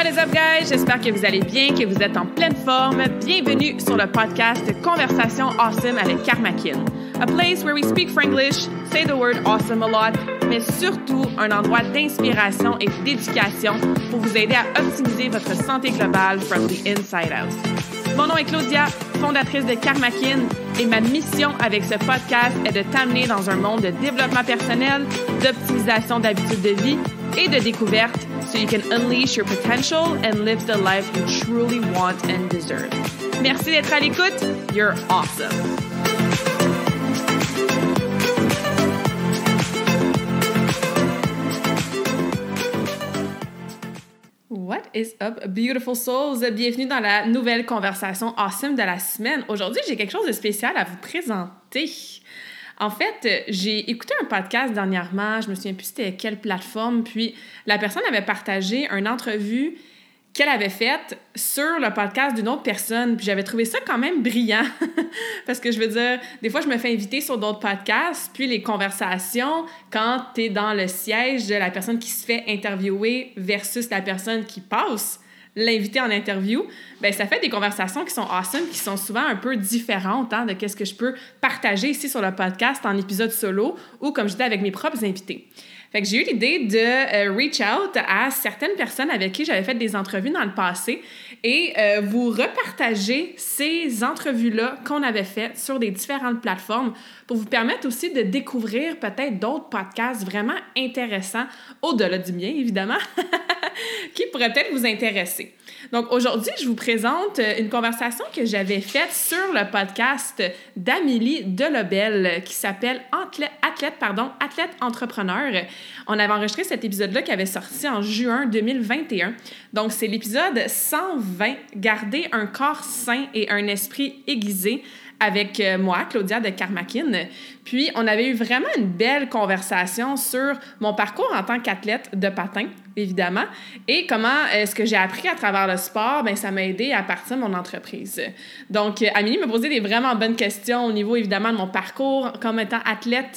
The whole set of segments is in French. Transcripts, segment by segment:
What is up, guys? J'espère que vous allez bien, que vous êtes en pleine forme. Bienvenue sur le podcast Conversation Awesome avec Karmakin. A place where we speak Franglish, say the word awesome a lot, mais surtout un endroit d'inspiration et d'éducation pour vous aider à optimiser votre santé globale from the inside out. Mon nom est Claudia, fondatrice de Karmakin, et ma mission avec ce podcast est de t'amener dans un monde de développement personnel, d'optimisation d'habitudes de vie et de découverte so you can unleash your potential and live the life you truly want and deserve. Merci d'être à l'écoute. You're awesome. What is up, beautiful souls? Bienvenue dans la nouvelle conversation awesome de la semaine. Aujourd'hui, j'ai quelque chose de spécial à vous présenter. En fait, j'ai écouté un podcast dernièrement, je me souviens plus c'était quelle plateforme, puis la personne avait partagé une entrevue qu'elle avait faite sur le podcast d'une autre personne, puis j'avais trouvé ça quand même brillant, parce que je veux dire, des fois, je me fais inviter sur d'autres podcasts, puis les conversations, quand t'es dans le siège de la personne qui se fait interviewer versus la personne qui passe l'invité en interview, bien, ça fait des conversations qui sont awesome, qui sont souvent un peu différentes de qu'est-ce que je peux partager ici sur le podcast en épisode solo ou, comme je dis, avec mes propres invités. Fait que j'ai eu l'idée de reach out à certaines personnes avec qui j'avais fait des entrevues dans le passé et vous repartager ces entrevues-là qu'on avait faites sur des différentes plateformes pour vous permettre aussi de découvrir peut-être d'autres podcasts vraiment intéressants, au-delà du mien, évidemment, qui pourraient peut-être vous intéresser. Donc, aujourd'hui, je vous présente une conversation que j'avais faite sur le podcast d'Amélie Delobel qui s'appelle Athlète entrepreneur. On avait enregistré cet épisode-là qui avait sorti en juin 2021. Donc, c'est l'épisode 120, Garder un corps sain et un esprit aiguisé, avec moi, Claudia de Karmakin. Puis, on avait eu vraiment une belle conversation sur mon parcours en tant qu'athlète de patin, évidemment, et comment ce que j'ai appris à travers le sport, bien, ça m'a aidé à partir de mon entreprise. Donc, Amélie m'a posé des vraiment bonnes questions au niveau, évidemment, de mon parcours comme étant athlète,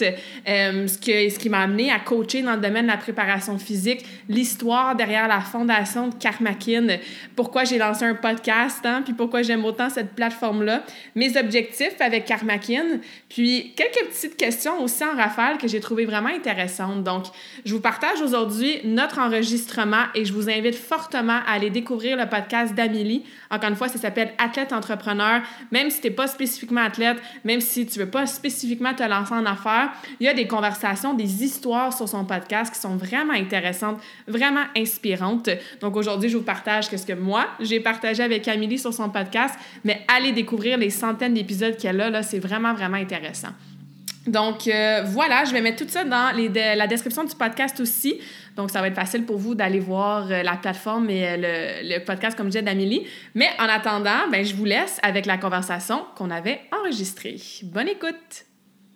ce qui m'a amené à coacher dans le domaine de la préparation physique, l'histoire derrière la fondation de Karmakin, pourquoi j'ai lancé un podcast, puis pourquoi j'aime autant cette plateforme-là, mes objectifs avec Karmakin, puis quelques petites questions aussi en rafale que j'ai trouvées vraiment intéressantes. Donc, je vous partage aujourd'hui notre enregistrement et je vous invite fortement à aller découvrir le podcast d'Amélie. Encore une fois, ça s'appelle Athlète entrepreneur. Même si tu n'es pas spécifiquement athlète, même si tu ne veux pas spécifiquement te lancer en affaires, il y a des conversations, des histoires sur son podcast qui sont vraiment intéressantes, vraiment inspirantes. Donc, aujourd'hui, je vous partage ce que moi, j'ai partagé avec Amélie sur son podcast, mais allez découvrir les centaines d'épisodes qu'elle a, là, c'est vraiment, vraiment intéressant. Donc, voilà, je vais mettre tout ça dans la description du podcast aussi. Donc, ça va être facile pour vous d'aller voir la plateforme et le podcast, comme je disais, d'Amélie. Mais en attendant, ben, je vous laisse avec la conversation qu'on avait enregistrée. Bonne écoute!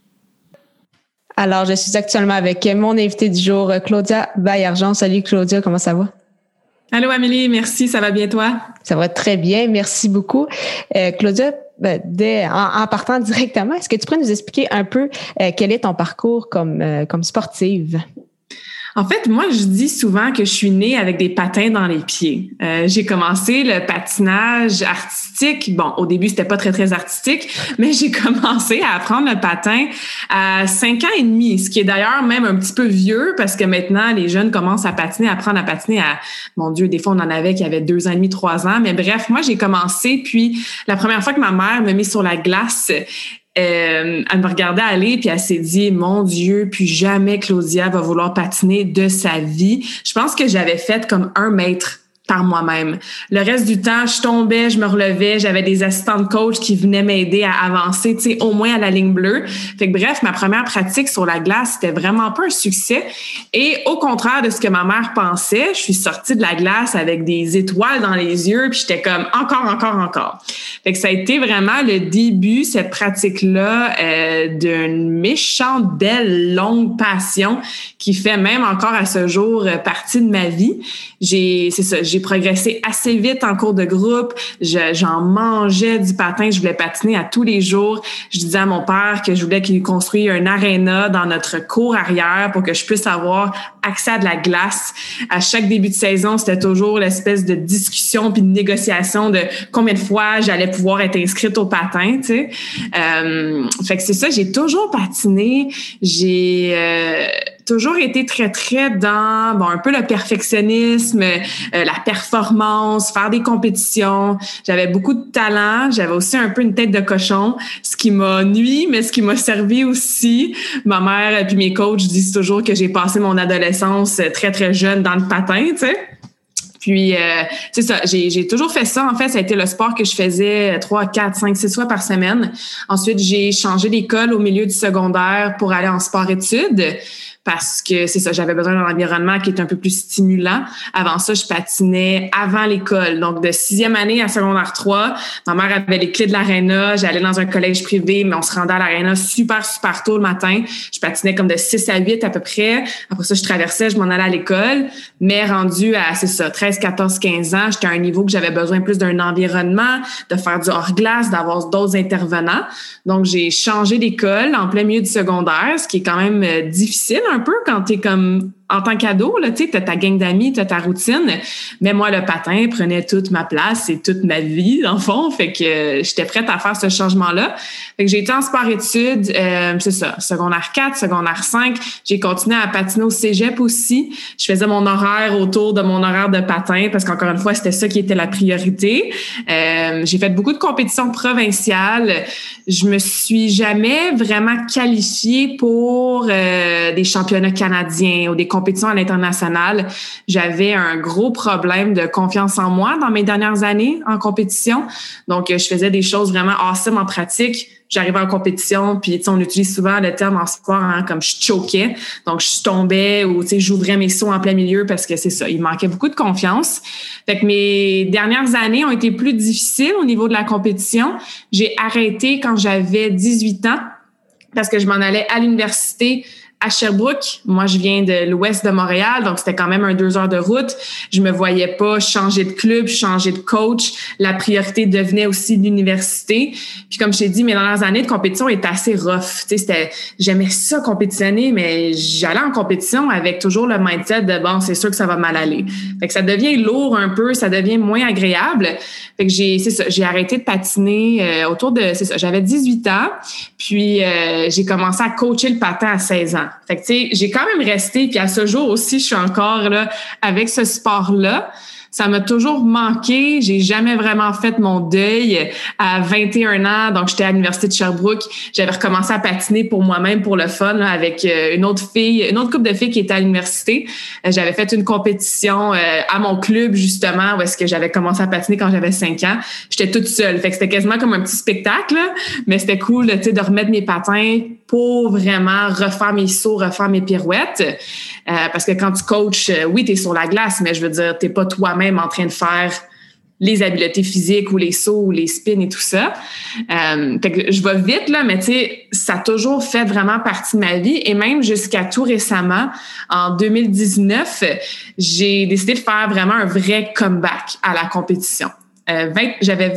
Alors, je suis actuellement avec mon invitée du jour, Claudia Baillargeon. Salut Claudia, comment ça va? Allô Amélie, merci, ça va bien toi? Ça va très bien, merci beaucoup. Claudia, en partant directement, est-ce que tu pourrais nous expliquer un peu quel est ton parcours comme sportive? En fait, moi, je dis souvent que je suis née avec des patins dans les pieds. J'ai commencé le patinage artistique. Bon, au début, c'était pas très, très artistique, mais j'ai commencé à apprendre le patin à 5 ans et demi, ce qui est d'ailleurs même un petit peu vieux parce que maintenant, les jeunes commencent à patiner, à apprendre à patiner à, mon Dieu, des fois, on en avait qui avaient 2 ans et demi, 3 ans. Mais bref, moi, j'ai commencé, puis la première fois que ma mère m'a mis sur la glace, elle me regardait aller puis elle s'est dit mon Dieu, plus jamais Claudia va vouloir patiner de sa vie. Je pense que j'avais fait comme 1 mètre par moi-même. Le reste du temps, je tombais, je me relevais, j'avais des assistants de coach qui venaient m'aider à avancer, tu sais, au moins à la ligne bleue. Fait que bref, ma première pratique sur la glace, c'était vraiment pas un succès. Et au contraire de ce que ma mère pensait, je suis sortie de la glace avec des étoiles dans les yeux, puis j'étais comme encore. Fait que ça a été vraiment le début, cette pratique-là, d'une méchante, belle, longue passion qui fait même encore à ce jour partie de ma vie. J'ai j'ai progressé assez vite en cours de groupe. J'en mangeais du patin. Je voulais patiner à tous les jours. Je disais à mon père que je voulais qu'il construise un aréna dans notre cour arrière pour que je puisse avoir accès à de la glace. À chaque début de saison, c'était toujours l'espèce de discussion puis de négociation de combien de fois j'allais pouvoir être inscrite au patin, tu sais. Fait que c'est ça, j'ai toujours patiné. J'ai toujours été très, très dans, un peu le perfectionnisme, la performance, faire des compétitions. J'avais beaucoup de talent. J'avais aussi un peu une tête de cochon, ce qui m'a nui, mais ce qui m'a servi aussi. Ma mère puis mes coachs disent toujours que j'ai passé mon adolescence très, très jeune dans le patin, tu sais. Puis, c'est ça, j'ai toujours fait ça. En fait, ça a été le sport que je faisais 3, 4, 5, 6 fois par semaine. Ensuite, j'ai changé d'école au milieu du secondaire pour aller en sport-études. Parce que c'est ça, j'avais besoin d'un environnement qui est un peu plus stimulant. Avant ça, je patinais avant l'école. Donc, de 6e année à secondaire 3, ma mère avait les clés de l'aréna. J'allais dans un collège privé, mais on se rendait à l'aréna super, super tôt le matin. Je patinais comme de 6 à 8 à peu près. Après ça, je traversais, je m'en allais à l'école. Mais rendu à, c'est ça, 13, 14, 15 ans, j'étais à un niveau que j'avais besoin plus d'un environnement, de faire du hors-glace, d'avoir d'autres intervenants. Donc, j'ai changé d'école en plein milieu du secondaire, ce qui est quand même difficile un peu quand t'es comme en tant qu'ado, là, tu sais, t'as ta gang d'amis, t'as ta routine. Mais moi, le patin prenait toute ma place et toute ma vie, dans le fond. Fait que j'étais prête à faire ce changement-là. Fait que j'ai été en sport-études, c'est ça, secondaire 4, secondaire 5. J'ai continué à patiner au cégep aussi. Je faisais mon horaire autour de mon horaire de patin parce qu'encore une fois, c'était ça qui était la priorité. J'ai fait beaucoup de compétitions provinciales. Je me suis jamais vraiment qualifiée pour des championnats canadiens ou des compétitions à l'international. J'avais un gros problème de confiance en moi dans mes dernières années en compétition. Donc, je faisais des choses vraiment awesome en pratique. J'arrivais en compétition, puis on utilise souvent le terme en sport comme je choquais. Donc, je tombais ou j'ouvrais mes sauts en plein milieu parce que c'est ça, il manquait beaucoup de confiance. Fait que mes dernières années ont été plus difficiles au niveau de la compétition. J'ai arrêté quand j'avais 18 ans parce que je m'en allais à l'université à Sherbrooke. Moi, je viens de l'ouest de Montréal, donc c'était quand même 2 heures de route. Je me voyais pas changer de club, changer de coach. La priorité devenait aussi l'université. Puis comme je t'ai dit, mes dernières années de compétition étaient assez rough. Tu sais, j'aimais ça compétitionner, mais j'allais en compétition avec toujours le mindset de bon, c'est sûr que ça va mal aller. Fait que ça devient lourd un peu, ça devient moins agréable. Fait que j'ai arrêté de patiner j'avais 18 ans. Puis j'ai commencé à coacher le patin à 16 ans. Fait que, tu sais, j'ai quand même resté, puis à ce jour aussi, je suis encore là avec ce sport-là. Ça m'a toujours manqué. J'ai jamais vraiment fait mon deuil à 21 ans. Donc, j'étais à l'université de Sherbrooke. J'avais recommencé à patiner pour moi-même, pour le fun, là, avec une autre couple de filles qui était à l'université. J'avais fait une compétition à mon club, justement, où est-ce que j'avais commencé à patiner quand j'avais 5 ans. J'étais toute seule. Fait que c'était quasiment comme un petit spectacle, là. Mais c'était cool, tu sais, de remettre mes patins pour vraiment refaire mes sauts, refaire mes pirouettes. Parce que quand tu coaches, oui, t'es sur la glace, mais je veux dire, t'es pas toi-même en train de faire les habiletés physiques ou les sauts ou les spins et tout ça. Fait que je vais vite, là, mais tu sais, ça a toujours fait vraiment partie de ma vie. Et même jusqu'à tout récemment, en 2019, j'ai décidé de faire vraiment un vrai comeback à la compétition. J'avais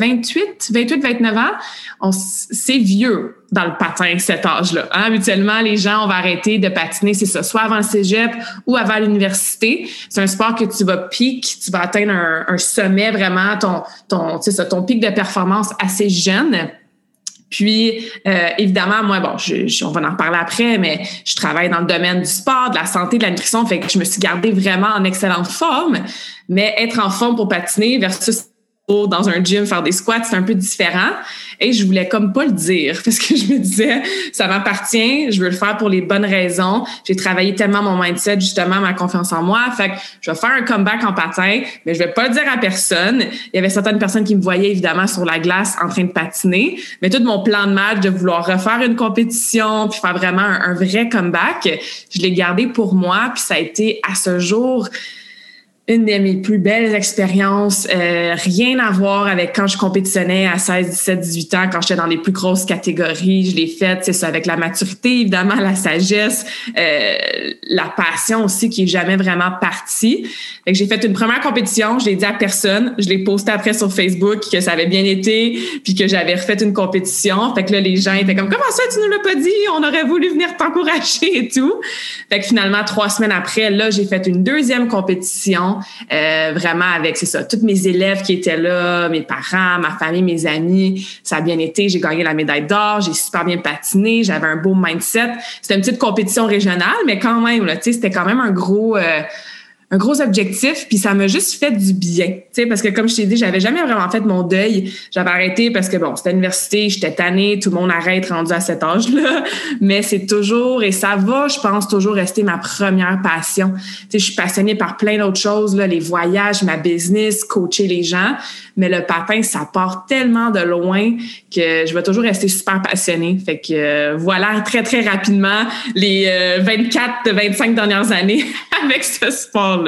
29 ans. C'est vieux dans le patin, cet âge-là. Hein? Habituellement, les gens, on va arrêter de patiner, c'est ça, soit avant le cégep ou avant l'université. C'est un sport que tu vas tu vas atteindre un sommet vraiment, ton pic de performance assez jeune. Puis, évidemment, moi, on va en reparler après, mais je travaille dans le domaine du sport, de la santé, de la nutrition, fait que je me suis gardée vraiment en excellente forme. Mais être en forme pour patiner versus dans un gym faire des squats, c'est un peu différent. Et je voulais comme pas le dire parce que je me disais, ça m'appartient, je veux le faire pour les bonnes raisons. J'ai travaillé tellement mon mindset, justement, ma confiance en moi. Fait que je vais faire un comeback en patin, mais je vais pas le dire à personne. Il y avait certaines personnes qui me voyaient, évidemment, sur la glace en train de patiner. Mais tout mon plan de match de vouloir refaire une compétition puis faire vraiment un vrai comeback, je l'ai gardé pour moi. Puis ça a été, à ce jour, une de mes plus belles expériences, rien à voir avec quand je compétitionnais à 16, 17, 18 ans, quand j'étais dans les plus grosses catégories. Je l'ai faite, c'est ça, avec la maturité, évidemment, la sagesse, la passion aussi qui est jamais vraiment partie. Fait que j'ai fait une première compétition, je l'ai dit à personne, je l'ai posté après sur Facebook que ça avait bien été, puis que j'avais refait une compétition. Fait que là, les gens étaient comme « Comment ça, tu nous l'as pas dit? On aurait voulu venir t'encourager et tout. » Fait que finalement, 3 semaines après, là, j'ai fait une deuxième compétition. Vraiment avec, c'est ça, tous mes élèves qui étaient là, mes parents, ma famille, mes amis. Ça a bien été. J'ai gagné la médaille d'or. J'ai super bien patiné. J'avais un beau mindset. C'était une petite compétition régionale, mais quand même, là, tu sais, c'était quand même un gros objectif, puis ça m'a juste fait du bien, tu sais, parce que comme je t'ai dit, j'avais jamais vraiment fait mon deuil. J'avais arrêté parce que bon, c'était l'université, j'étais tannée, tout le monde arrête rendu à cet âge-là, mais c'est toujours, et ça va, je pense, toujours rester ma première passion. Tu sais, je suis passionnée par plein d'autres choses, là, les voyages, ma business, coacher les gens, mais le patin, ça part tellement de loin que je vais toujours rester super passionnée. Fait que voilà, très, très rapidement, les 25 dernières années avec ce sport-là.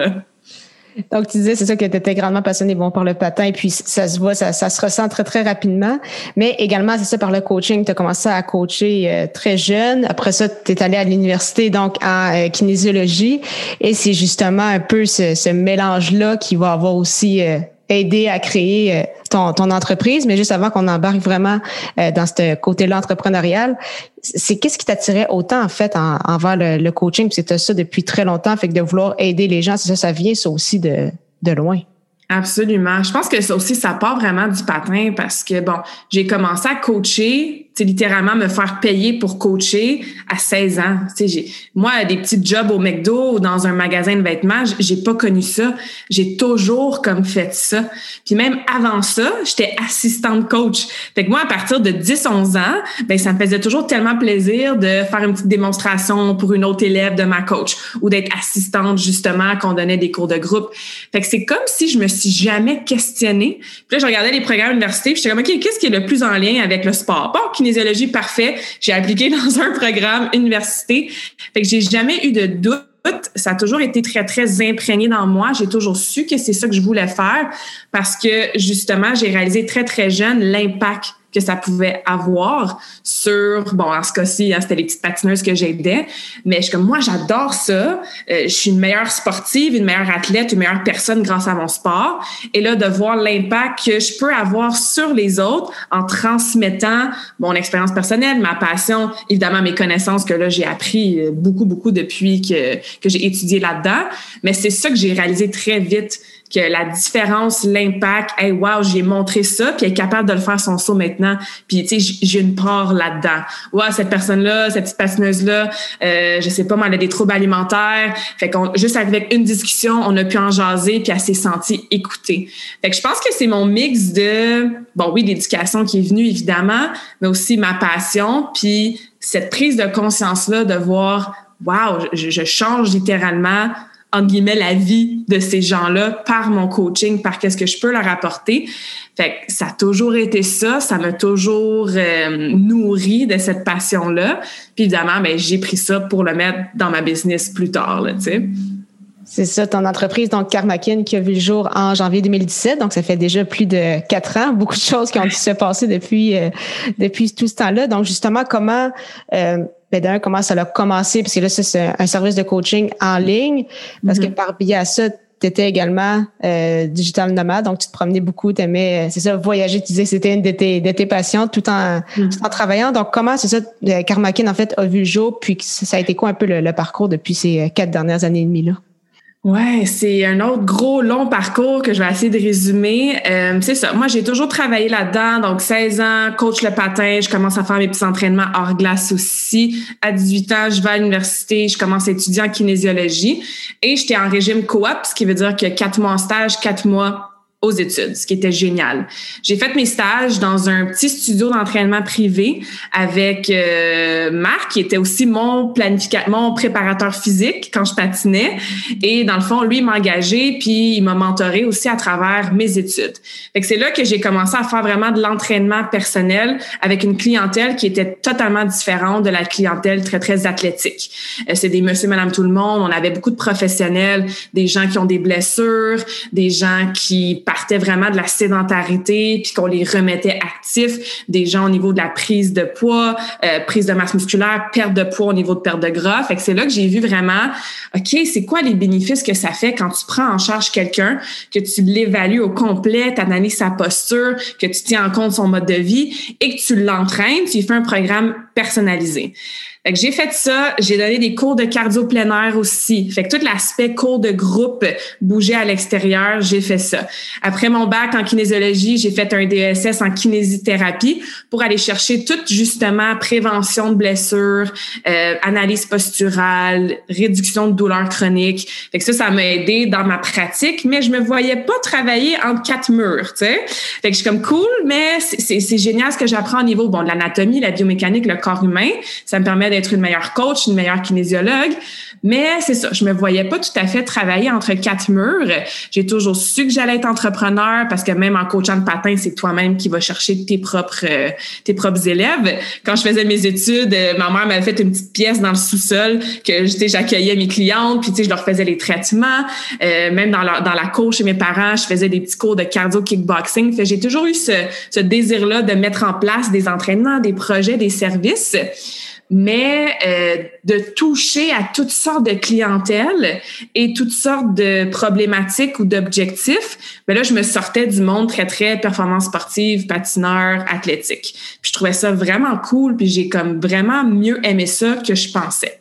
Donc, tu disais, c'est ça, que tu étais grandement passionné par le patin, et puis ça se voit, ça se ressent très, très rapidement. Mais également, c'est ça, par le coaching, tu as commencé à coacher très jeune. Après ça, tu es allé à l'université, donc en kinésiologie. Et c'est justement un peu ce mélange-là qui va avoir aussi aider à créer ton entreprise. Mais juste avant qu'on embarque vraiment dans ce côté-là entrepreneurial, c'est qu'est-ce qui t'attirait autant, en fait, envers le coaching? Puis c'était ça depuis très longtemps, fait que de vouloir aider les gens, c'est ça vient ça aussi de loin. Absolument. Je pense que ça aussi, ça part vraiment du patin parce que, bon, j'ai commencé à coacher, tu sais, littéralement me faire payer pour coacher à 16 ans. Tu sais, moi, des petits jobs au McDo ou dans un magasin de vêtements, j'ai pas connu ça. J'ai toujours comme fait ça. Puis même avant ça, j'étais assistante coach. Fait que moi, à partir de 10-11 ans, ben ça me faisait toujours tellement plaisir de faire une petite démonstration pour une autre élève de ma coach ou d'être assistante, justement, qu'on donnait des cours de groupe. Fait que c'est comme si je me suis jamais questionnée. Puis là, je regardais les programmes universités, puis j'étais comme, OK, qu'est-ce qui est le plus en lien avec le sport? Bon, kinésiologie, parfait. J'ai appliqué dans un programme université. Fait que j'ai jamais eu de doute. Ça a toujours été très, très imprégné dans moi. J'ai toujours su que c'est ça que je voulais faire parce que, justement, j'ai réalisé très, très jeune l'impact que ça pouvait avoir sur, bon, en ce cas-ci, c'était les petites patineuses que j'aidais, mais je suis comme, moi, j'adore ça. Je suis une meilleure sportive, une meilleure athlète, une meilleure personne grâce à mon sport. Et là, de voir l'impact que je peux avoir sur les autres en transmettant mon expérience personnelle, ma passion, évidemment, mes connaissances que là, j'ai appris beaucoup, beaucoup depuis que j'ai étudié là-dedans. Mais c'est ça que j'ai réalisé très vite, que la différence, l'impact, hey, wow, j'ai montré ça, puis elle est capable de le faire son saut maintenant, puis tu sais, j'ai une part là-dedans. Ouais, cette personne-là, cette petite patineuse-là, je sais pas, mais elle a des troubles alimentaires, fait qu'on juste avec une discussion, on a pu en jaser, puis elle s'est sentie écoutée. Fait que je pense que c'est mon mix de, bon oui, l'éducation qui est venue, évidemment, mais aussi ma passion, puis cette prise de conscience-là de voir, wow, je change littéralement entre guillemets, la vie de ces gens-là par mon coaching, par qu'est-ce que je peux leur apporter. Fait que ça a toujours été ça m'a toujours nourri de cette passion-là. Puis évidemment, ben, j'ai pris ça pour le mettre dans ma business plus tard, là, tu sais. C'est ça, ton entreprise, donc Karmakin, qui a vu le jour en janvier 2017, donc ça fait déjà plus de 4 ans, beaucoup de choses qui ont dû se passer depuis tout ce temps-là. Donc justement, comment comment ça a commencé, parce que là, c'est un service de coaching en ligne, parce que par biais à ça, tu étais également digital nomade, donc tu te promenais beaucoup, tu aimais, c'est ça, voyager, tu disais que c'était une de tes passions tout en travaillant. Donc comment, c'est ça, Karmakin, en fait, a vu le jour, puis ça a été quoi un peu le parcours depuis ces 4 dernières années et demie-là? Ouais, c'est un autre gros long parcours que je vais essayer de résumer. C'est ça. Moi, j'ai toujours travaillé là-dedans. Donc, 16 ans, coach le patin. Je commence à faire mes petits entraînements hors glace aussi. À 18 ans, je vais à l'université. Je commence à étudier en kinésiologie. Et j'étais en régime coop, ce qui veut dire que 4 mois en stage, 4 mois aux études, ce qui était génial. J'ai fait mes stages dans un petit studio d'entraînement privé avec Marc, qui était aussi mon préparateur physique quand je patinais. Et dans le fond, lui, il m'a engagé puis il m'a mentoré aussi à travers mes études. Fait que c'est là que j'ai commencé à faire vraiment de l'entraînement personnel avec une clientèle qui était totalement différente de la clientèle très, très athlétique. C'est des monsieur, madame, tout le monde. On avait beaucoup de professionnels, des gens qui ont des blessures, des gens qui partaient vraiment de la sédentarité puis qu'on les remettait actifs, des gens au niveau de la prise de poids, prise de masse musculaire, perte de poids au niveau de perte de gras. Fait que c'est là que j'ai vu vraiment, OK, c'est quoi les bénéfices que ça fait quand tu prends en charge quelqu'un, que tu l'évalues au complet, tu analyses sa posture, que tu tiens en compte son mode de vie et que tu l'entraînes, tu lui fais un programme personnalisé. Fait que j'ai fait ça, j'ai donné des cours de cardio plein air aussi. Fait que tout l'aspect cours de groupe, bouger à l'extérieur, j'ai fait ça. Après mon bac en kinésiologie, j'ai fait un DESS en kinésithérapie pour aller chercher toute justement prévention de blessures, analyse posturale, réduction de douleurs chroniques. Fait que ça m'a aidé dans ma pratique, mais je me voyais pas travailler entre quatre murs, tu sais. Fait que je suis comme cool, mais c'est génial ce que j'apprends au niveau, de l'anatomie, la biomécanique, le corps humain. Ça me permet d'être une meilleure coach, une meilleure kinésiologue. Mais c'est ça, je me voyais pas tout à fait travailler entre quatre murs. J'ai toujours su que j'allais être entrepreneur parce que même en coachant de patin, c'est toi-même qui vas chercher tes propres élèves. Quand je faisais mes études, ma mère m'avait fait une petite pièce dans le sous-sol que j'accueillais mes clientes, puis je leur faisais les traitements. Même dans la cour chez mes parents, je faisais des petits cours de cardio kickboxing. Fait, j'ai toujours eu ce désir-là de mettre en place des entraînements, des projets, des services. Mais de toucher à toutes sortes de clientèles et toutes sortes de problématiques ou d'objectifs, ben là, je me sortais du monde très, très performance sportive, patineur, athlétique. Puis je trouvais ça vraiment cool, puis j'ai comme vraiment mieux aimé ça que je pensais.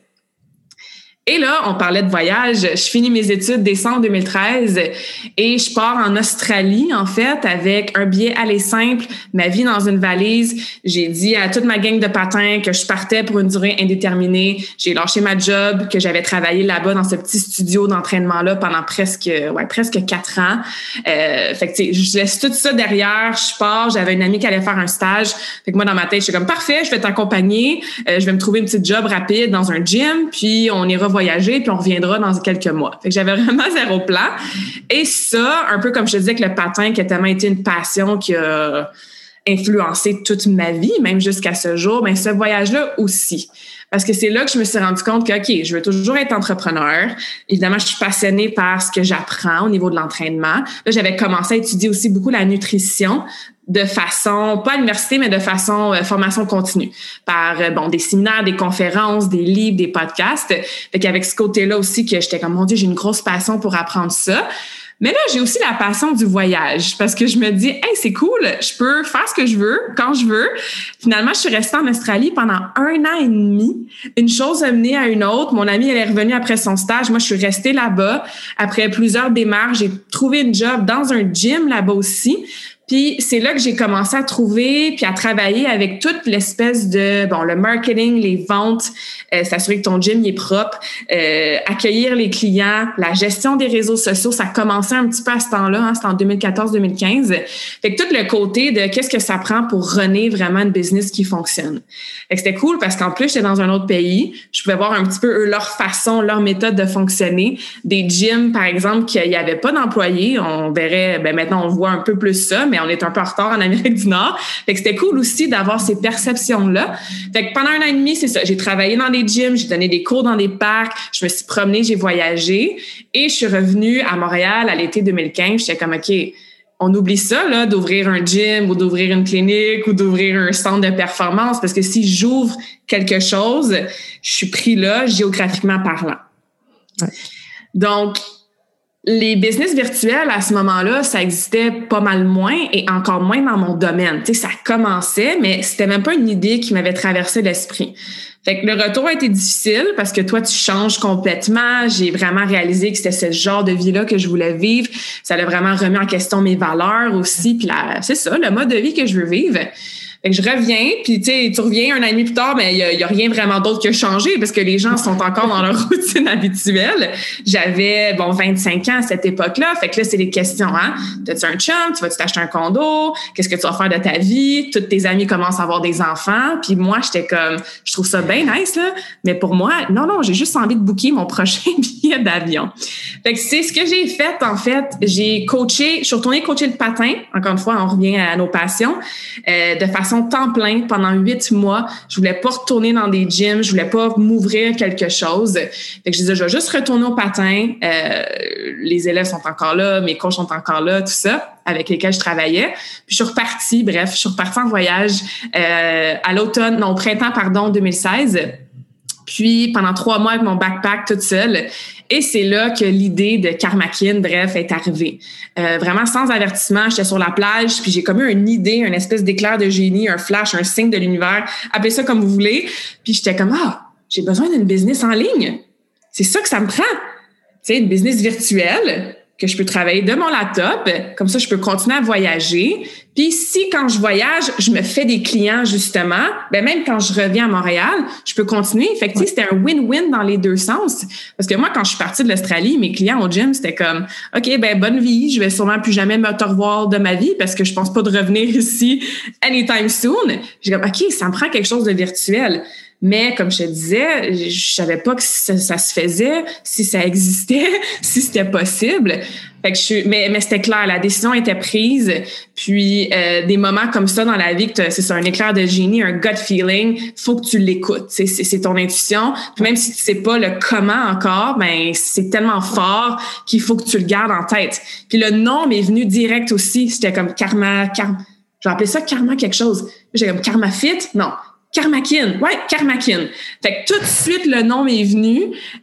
Et là, on parlait de voyage. Je finis mes études décembre 2013 et je pars en Australie, en fait, avec un billet aller simple, ma vie dans une valise. J'ai dit à toute ma gang de patins que je partais pour une durée indéterminée. J'ai lâché ma job, que j'avais travaillé là-bas dans ce petit studio d'entraînement-là pendant presque 4 ans. Fait que, je laisse tout ça derrière. Je pars. J'avais une amie qui allait faire un stage. Fait que moi, dans ma tête, je suis comme, parfait, je vais t'accompagner. Je vais me trouver une petite job rapide dans un gym, puis on ira voyager, puis on reviendra dans quelques mois. Fait que j'avais vraiment zéro plan. Et ça, un peu comme je te disais que le patin, qui a tellement été une passion qui a influencé toute ma vie, même jusqu'à ce jour, mais ce voyage-là aussi. Parce que c'est là que je me suis rendu compte que, OK, je veux toujours être entrepreneur. Évidemment, je suis passionnée par ce que j'apprends au niveau de l'entraînement. Là, j'avais commencé à étudier aussi beaucoup la nutrition de façon, pas à l'université, mais de façon formation continue. Par, des séminaires, des conférences, des livres, des podcasts. Fait qu'avec ce côté-là aussi que j'étais comme, mon Dieu, j'ai une grosse passion pour apprendre ça. Mais là, j'ai aussi la passion du voyage parce que je me dis, hey, c'est cool, je peux faire ce que je veux, quand je veux. Finalement, je suis restée en Australie pendant 1 an et demi. Une chose a mené à une autre. Mon amie, elle est revenue après son stage. Moi, je suis restée là-bas. Après plusieurs démarches, j'ai trouvé une job dans un gym là-bas aussi. Puis c'est là que j'ai commencé à trouver puis à travailler avec toute l'espèce de le marketing, les ventes, s'assurer que ton gym il est propre, accueillir les clients, la gestion des réseaux sociaux, ça commençait un petit peu à ce temps-là, c'était en 2014-2015. Fait que tout le côté de qu'est-ce que ça prend pour runner vraiment une business qui fonctionne. Fait que c'était cool parce qu'en plus j'étais dans un autre pays, je pouvais voir un petit peu eux leur façon, leur méthode de fonctionner. Des gyms par exemple qu'il y avait pas d'employés, on verrait maintenant on voit un peu plus ça, mais on est un peu en retard en Amérique du Nord. Fait que c'était cool aussi d'avoir ces perceptions-là. Fait que pendant 1 an et demi, c'est ça. J'ai travaillé dans des gyms, j'ai donné des cours dans des parcs, je me suis promenée, j'ai voyagé et je suis revenue à Montréal à l'été 2015. J'étais comme, OK, on oublie ça, là, d'ouvrir un gym ou d'ouvrir une clinique ou d'ouvrir un centre de performance parce que si j'ouvre quelque chose, je suis pris là, géographiquement parlant. Ouais. Donc, les business virtuels, à ce moment-là, ça existait pas mal moins et encore moins dans mon domaine. Tu sais, ça commençait, mais c'était même pas une idée qui m'avait traversé l'esprit. Fait que le retour a été difficile parce que toi, tu changes complètement. J'ai vraiment réalisé que c'était ce genre de vie-là que je voulais vivre. Ça a vraiment remis en question mes valeurs aussi. Puis là, c'est ça, le mode de vie que je veux vivre. Fait que je reviens, puis tu reviens un an et demi plus tard, mais il y a rien vraiment d'autre qui a changé parce que les gens sont encore dans leur routine habituelle. J'avais, 25 ans à cette époque-là. Fait que là, c'est des questions, hein. T'as-tu un chum? Tu vas-tu t'acheter un condo? Qu'est-ce que tu vas faire de ta vie? Tous tes amis commencent à avoir des enfants. Puis moi, j'étais comme, je trouve ça bien nice, là. Mais pour moi, non, j'ai juste envie de booker mon prochain billet d'avion. Fait que c'est ce que j'ai fait, en fait. Je suis retournée coacher le patin. Encore une fois, on revient à nos passions. De façon temps plein pendant 8 mois. Je voulais pas retourner dans des gyms. Je voulais pas m'ouvrir quelque chose. Fait que je disais, je vais juste retourner au patin. Les élèves sont encore là. Mes coachs sont encore là, tout ça, avec lesquels je travaillais. Puis je suis repartie en voyage au printemps 2016. Puis pendant 3 mois avec mon backpack toute seule. Et c'est là que l'idée de Karmakin, est arrivée. Vraiment sans avertissement, j'étais sur la plage, puis j'ai comme eu une idée, une espèce d'éclair de génie, un flash, un signe de l'univers, appelez ça comme vous voulez. Puis j'étais comme, j'ai besoin d'une business en ligne. C'est ça que ça me prend. Tu sais, une business virtuelle que je peux travailler de mon laptop, comme ça je peux continuer à voyager. Puis si quand je voyage, je me fais des clients justement, même quand je reviens à Montréal, je peux continuer. Fait que c'était un win-win dans les deux sens. Parce que moi, quand je suis partie de l'Australie, mes clients au gym, c'était comme, OK, bonne vie, je vais sûrement plus jamais me te revoir de ma vie parce que je pense pas de revenir ici anytime soon. J'ai comme, OK, ça me prend quelque chose de virtuel. Mais comme je te disais, je savais pas que ça se faisait, si ça existait, si c'était possible. Fait que mais c'était clair, la décision était prise. Puis des moments comme ça dans la vie, c'est ça, un éclair de génie, un gut feeling, faut que tu l'écoutes. C'est ton intuition. Puis même si tu sais pas le comment encore, c'est tellement fort qu'il faut que tu le gardes en tête. Puis le nom m'est venu direct aussi. C'était comme karma. J'ai appelé ça karma quelque chose. J'ai comme karma fit, non. Karmakin. Ouais, Karmakin. Fait que tout de suite, le nom m'est venu.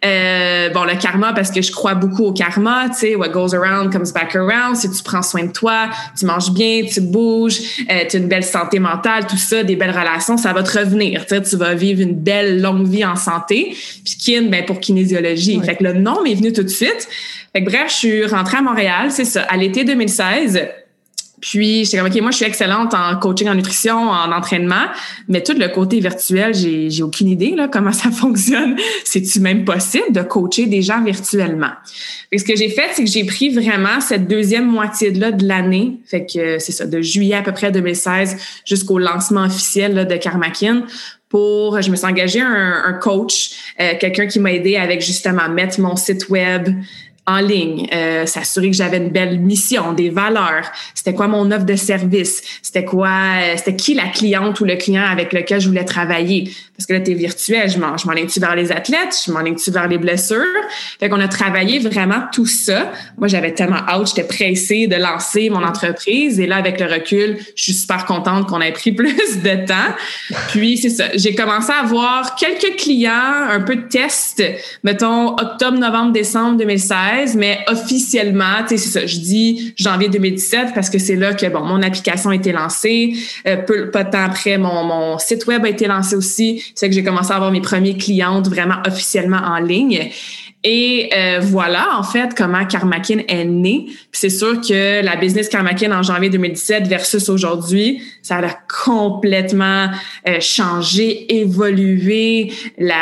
Le karma, parce que je crois beaucoup au karma, tu sais, what goes around comes back around. Si tu prends soin de toi, tu manges bien, tu bouges, tu as une belle santé mentale, tout ça, des belles relations, ça va te revenir. Tu vas vivre une belle, longue vie en santé. Puis kin, pour kinésiologie. Ouais. Fait que le nom m'est venu tout de suite. Fait que bref, je suis rentrée à Montréal, c'est ça, à l'été 2016. Puis, j'étais comme, OK, moi, je suis excellente en coaching, en nutrition, en entraînement, mais tout le côté virtuel, j'ai aucune idée, là, comment ça fonctionne. C'est-tu même possible de coacher des gens virtuellement? Et ce que j'ai fait, c'est que j'ai pris vraiment cette deuxième moitié-là de l'année. Fait que, c'est ça, de juillet à peu près 2016 jusqu'au lancement officiel, là, de Karmakin. Je me suis engagée un coach, quelqu'un qui m'a aidé avec justement mettre mon site web en ligne, s'assurer que j'avais une belle mission, des valeurs, c'était quoi mon offre de service, c'était qui la cliente ou le client avec lequel je voulais travailler. Parce que là, t'es virtuel, je m'en ligne-tu vers les athlètes, je m'en ligne-tu vers les blessures. Fait qu'on a travaillé vraiment tout ça. Moi, j'avais tellement hâte, j'étais pressée de lancer mon entreprise. Et là, avec le recul, je suis super contente qu'on ait pris plus de temps. Puis, c'est ça, j'ai commencé à avoir quelques clients, un peu de tests, mettons octobre, novembre, décembre 2016, mais officiellement, tu sais, c'est ça, je dis janvier 2017 parce que c'est là que, mon application a été lancée. Pas de temps après, mon site web a été lancé aussi. C'est que j'ai commencé à avoir mes premières clientes vraiment officiellement en ligne. Et voilà, en fait, comment Karmakin est né. Puis c'est sûr que la business Karmakin en janvier 2017 versus aujourd'hui, ça a complètement changé, évolué.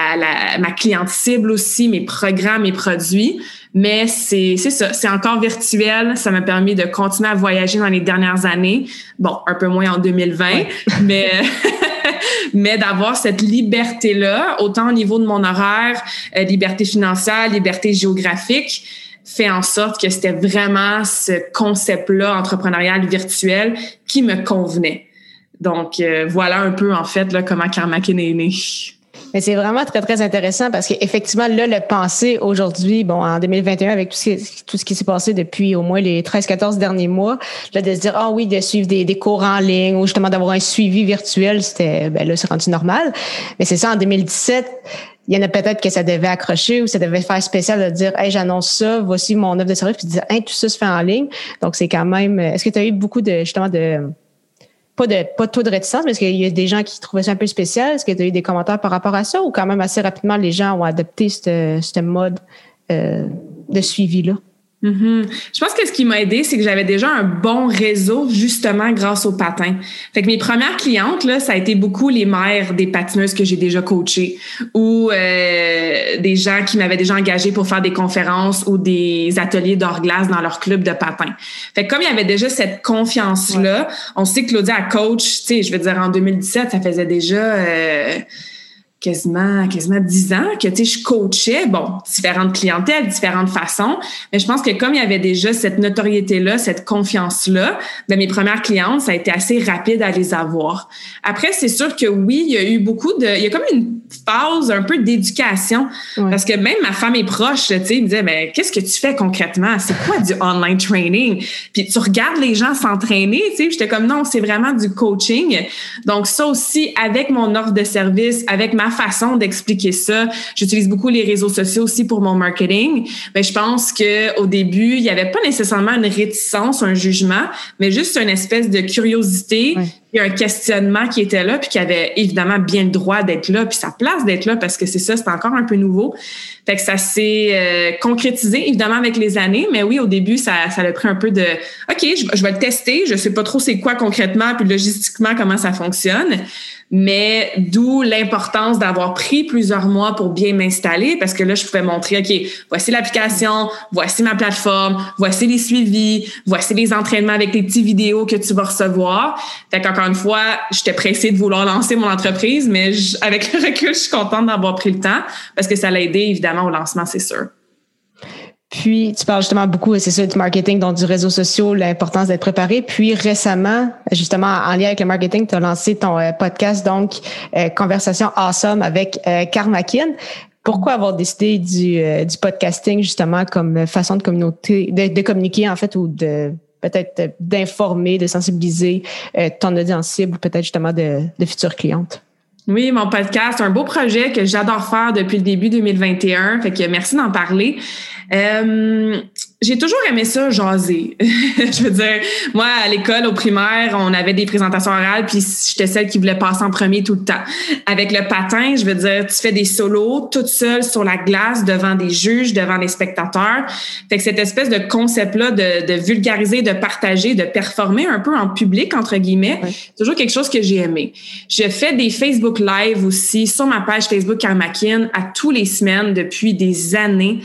Ma cliente cible aussi, mes programmes, mes produits. Mais c'est ça, c'est encore virtuel. Ça m'a permis de continuer à voyager dans les dernières années. Bon, un peu moins en 2020, ouais. mais d'avoir cette liberté-là, autant au niveau de mon horaire, liberté financière, liberté géographique, fait en sorte que c'était vraiment ce concept-là entrepreneurial virtuel qui me convenait. Donc, voilà un peu, en fait, là, comment Karmakin est né. Mais c'est vraiment très, très intéressant parce qu'effectivement, là, le penser aujourd'hui, en 2021, avec tout ce qui s'est passé depuis au moins les 13-14 derniers mois, là, de se dire, de suivre des cours en ligne ou justement d'avoir un suivi virtuel, c'était, là, c'est rendu normal. Mais c'est ça, en 2017, il y en a peut-être que ça devait accrocher ou ça devait faire spécial de dire, hey, j'annonce ça, voici mon offre de service, puis de dire, hey, tout ça se fait en ligne. Donc, c'est quand même, est-ce que tu as eu beaucoup pas de taux de réticence, mais est-ce qu'il y a des gens qui trouvaient ça un peu spécial? Est-ce que tu as eu des commentaires par rapport à ça ou quand même assez rapidement les gens ont adopté ce mode de suivi-là? Je pense que ce qui m'a aidé, c'est que j'avais déjà un bon réseau, justement, grâce au patin. Fait que mes premières clientes, là, ça a été beaucoup les mères des patineuses que j'ai déjà coachées ou des gens qui m'avaient déjà engagé pour faire des conférences ou des ateliers d'hors-glace dans leur club de patin. Fait que comme il y avait déjà cette confiance-là, on sait que Claudia a coach, tu sais, je veux dire, en 2017, ça faisait déjà... quasiment 10 ans que, tu sais, je coachais, différentes clientèles, différentes façons, mais je pense que comme il y avait déjà cette notoriété-là, cette confiance-là, mes premières clientes, ça a été assez rapide à les avoir. Après, c'est sûr que oui, il y a eu il y a comme une phase un peu d'éducation, parce que même ma famille proche, tu sais, me disait, mais qu'est-ce que tu fais concrètement? C'est quoi du online training? Puis tu regardes les gens s'entraîner, tu sais, j'étais comme, non, c'est vraiment du coaching. Donc ça aussi, avec mon offre de service, avec ma façon d'expliquer ça. J'utilise beaucoup les réseaux sociaux aussi pour mon marketing. Mais je pense que au début, il n'y avait pas nécessairement une réticence, un jugement, mais juste une espèce de curiosité et un questionnement qui était là, puis qui avait évidemment bien le droit d'être là, puis sa place d'être là, parce que c'est ça, c'est encore un peu nouveau. Fait que ça s'est concrétisé, évidemment, avec les années, mais oui, au début, ça a pris un peu de « OK, je vais le tester, je sais pas trop c'est quoi concrètement, puis logistiquement, comment ça fonctionne ». Mais d'où l'importance d'avoir pris plusieurs mois pour bien m'installer, parce que là, je pouvais montrer, OK, voici l'application, voici ma plateforme, voici les suivis, voici les entraînements avec les petits vidéos que tu vas recevoir. Fait qu'encore une fois, j'étais pressée de vouloir lancer mon entreprise, mais avec le recul, je suis contente d'avoir pris le temps parce que ça l'a aidé, évidemment, au lancement, c'est sûr. Puis, tu parles justement beaucoup, c'est ça, du marketing, donc du réseau social, l'importance d'être préparé. Puis, récemment, justement, en lien avec le marketing, tu as lancé ton podcast, donc, Conversation Awesome avec Carl Mackin. Pourquoi avoir décidé du podcasting, justement, comme façon de communiquer, en fait, ou de peut-être d'informer, de sensibiliser ton audience cible, ou peut-être justement de futures clientes? Oui, mon podcast, un beau projet que j'adore faire depuis le début 2021. Fait que merci d'en parler. J'ai toujours aimé ça, jaser. Je veux dire, moi, à l'école, au primaire, on avait des présentations orales, puis j'étais celle qui voulait passer en premier tout le temps. Avec le patin, je veux dire, tu fais des solos toute seule sur la glace devant des juges, devant des spectateurs. Fait que cette espèce de concept-là de vulgariser, de partager, de performer un peu en public, entre guillemets, c'est toujours quelque chose que j'ai aimé. Je fais des Facebook Live aussi sur ma page Facebook Carl Mackin à tous les semaines depuis des années.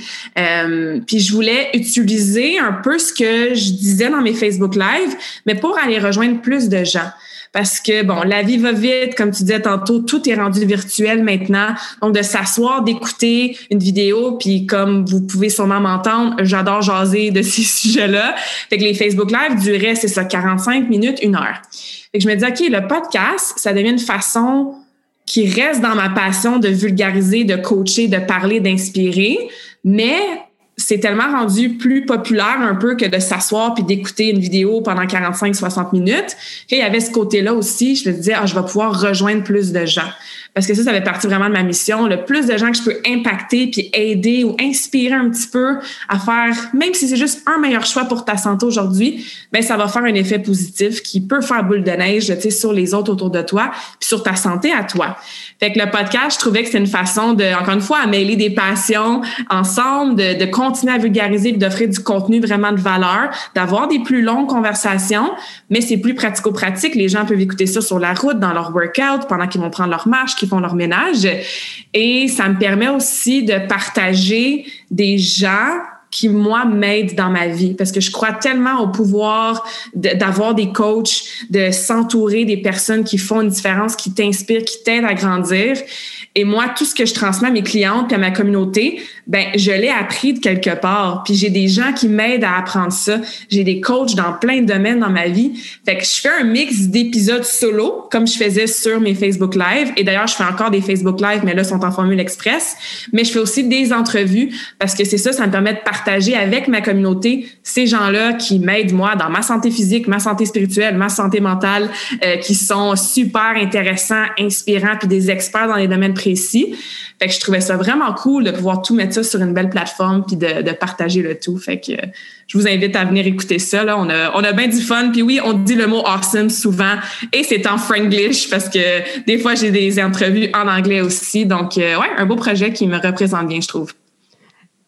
Puis je voulais utiliser un peu ce que je disais dans mes Facebook Live, mais pour aller rejoindre plus de gens. Parce que, la vie va vite, comme tu disais tantôt, tout est rendu virtuel maintenant. Donc, de s'asseoir, d'écouter une vidéo, puis comme vous pouvez sûrement m'entendre, j'adore jaser de ces sujets-là. Fait que les Facebook Live duraient, 45 minutes, 1 heure. Fait que je me dis, OK, le podcast, ça devient une façon qui reste dans ma passion de vulgariser, de coacher, de parler, d'inspirer, mais c'est tellement rendu plus populaire un peu que de s'asseoir puis d'écouter une vidéo pendant 45-60 minutes. Il y avait ce côté-là aussi. Je me disais, je vais pouvoir rejoindre plus de gens. Parce que ça fait partie vraiment de ma mission. Le plus de gens que je peux impacter puis aider ou inspirer un petit peu à faire, même si c'est juste un meilleur choix pour ta santé aujourd'hui, ça va faire un effet positif qui peut faire boule de neige, tu sais, sur les autres autour de toi puis sur ta santé à toi. Fait que le podcast, je trouvais que c'était une façon de, encore une fois, à mêler des passions ensemble, de continuer à vulgariser et d'offrir du contenu vraiment de valeur, d'avoir des plus longues conversations, mais c'est plus pratico-pratique. Les gens peuvent écouter ça sur la route, dans leur workout, pendant qu'ils vont prendre leur marche, qu'ils font leur ménage. Et ça me permet aussi de partager des gens qui, moi, m'aident dans ma vie. Parce que je crois tellement au pouvoir d'avoir des coachs, de s'entourer des personnes qui font une différence, qui t'inspirent, qui t'aident à grandir. Et moi, tout ce que je transmets à mes clientes et à ma communauté, je l'ai appris de quelque part. Puis j'ai des gens qui m'aident à apprendre ça. J'ai des coachs dans plein de domaines dans ma vie. Fait que je fais un mix d'épisodes solo, comme je faisais sur mes Facebook Live. Et d'ailleurs, je fais encore des Facebook Live, mais là, ils sont en formule express. Mais je fais aussi des entrevues parce que c'est ça me permet de partager avec ma communauté ces gens-là qui m'aident, moi, dans ma santé physique, ma santé spirituelle, ma santé mentale, qui sont super intéressants, inspirants, puis des experts dans les domaines précis. Fait que je trouvais ça vraiment cool de pouvoir tout mettre ça sur une belle plateforme puis de partager le tout. Fait que je vous invite à venir écouter ça. Là, on a bien du fun. Puis oui, on dit le mot awesome souvent et c'est en franglish parce que des fois, j'ai des entrevues en anglais aussi. Donc, un beau projet qui me représente bien, je trouve.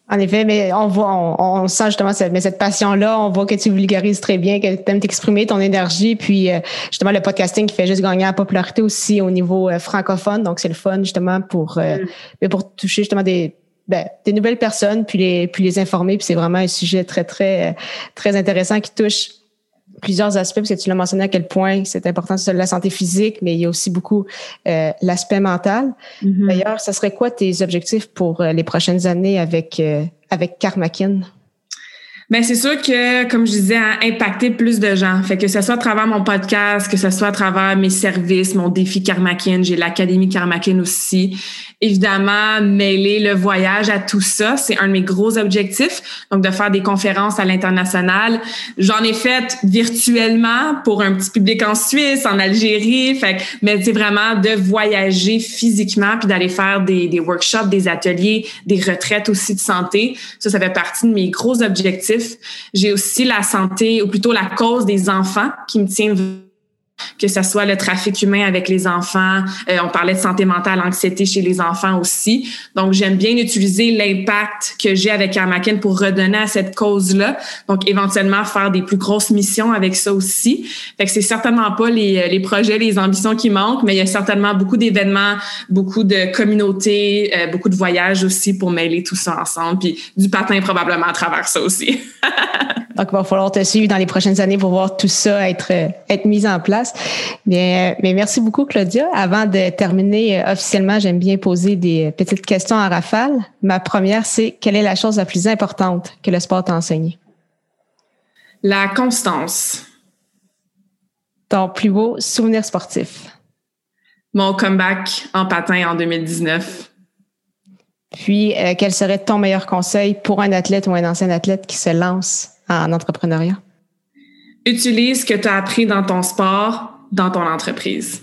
En effet, mais on sent justement cette passion-là. On voit que tu vulgarises très bien, que tu aimes t'exprimer, ton énergie. Puis justement, le podcasting qui fait juste gagner en popularité aussi au niveau francophone. Donc, c'est le fun justement pour toucher justement des nouvelles personnes, puis les informer. Puis c'est vraiment un sujet très, très, très intéressant qui touche plusieurs aspects, parce que tu l'as mentionné à quel point c'est important, c'est la santé physique, mais il y a aussi beaucoup l'aspect mental. Mm-hmm. D'ailleurs, ça serait quoi tes objectifs pour les prochaines années avec Karmakin? Ben c'est sûr que, comme je disais, impacter plus de gens. Fait que ce soit à travers mon podcast, que ce soit à travers mes services, mon défi Karmakin, j'ai l'Académie Karmakin aussi. Évidemment, mêler le voyage à tout ça, c'est un de mes gros objectifs. Donc, de faire des conférences à l'international. J'en ai fait virtuellement pour un petit public en Suisse, en Algérie. Mais c'est vraiment de voyager physiquement puis d'aller faire des workshops, des ateliers, des retraites aussi de santé. Ça fait partie de mes gros objectifs. J'ai aussi la santé, ou plutôt la cause des enfants qui me tient, que ce soit le trafic humain avec les enfants. On parlait de santé mentale, anxiété chez les enfants aussi. Donc, j'aime bien utiliser l'impact que j'ai avec Karmakin pour redonner à cette cause-là. Donc, éventuellement, faire des plus grosses missions avec ça aussi. Fait que c'est certainement pas les projets, les ambitions qui manquent, mais il y a certainement beaucoup d'événements, beaucoup de communautés, beaucoup de voyages aussi pour mêler tout ça ensemble. Puis du patin probablement à travers ça aussi. Donc, il va falloir te suivre dans les prochaines années pour voir tout ça être mis en place. Mais merci beaucoup, Claudia. Avant de terminer officiellement, j'aime bien poser des petites questions en rafale. Ma première, c'est quelle est la chose la plus importante que le sport t'a enseigné? La constance. Ton plus beau souvenir sportif? Mon comeback en patin en 2019. Puis, quel serait ton meilleur conseil pour un athlète ou un ancien athlète qui se lance en entrepreneuriat? Utilise ce que tu as appris dans ton sport, dans ton entreprise.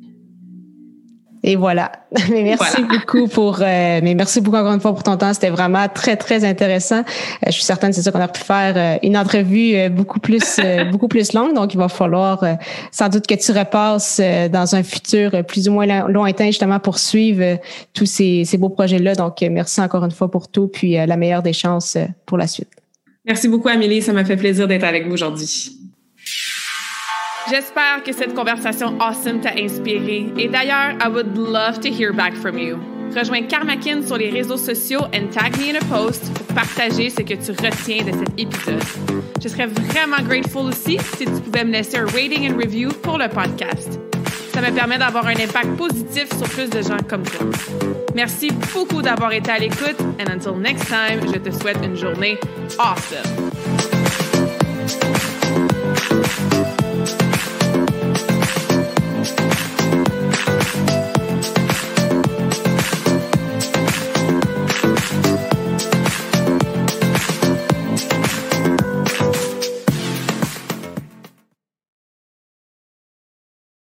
Et voilà. Mais merci beaucoup merci beaucoup encore une fois pour ton temps. C'était vraiment très, très intéressant. Je suis certaine, c'est ça qu'on a pu faire une entrevue beaucoup plus longue. Donc, il va falloir sans doute que tu repasses dans un futur plus ou moins lointain, justement, pour suivre tous ces beaux projets-là. Donc, merci encore une fois pour tout. Puis, la meilleure des chances pour la suite. Merci beaucoup, Amélie. Ça m'a fait plaisir d'être avec vous aujourd'hui. J'espère que cette conversation awesome t'a inspiré. Et d'ailleurs, I would love to hear back from you. Rejoins Karmakin sur les réseaux sociaux and tag me in a post pour partager ce que tu retiens de cet épisode. Je serais vraiment grateful aussi si tu pouvais me laisser un rating and review pour le podcast. Ça me permet d'avoir un impact positif sur plus de gens comme toi. Merci beaucoup d'avoir été à l'écoute and until next time, je te souhaite une journée awesome.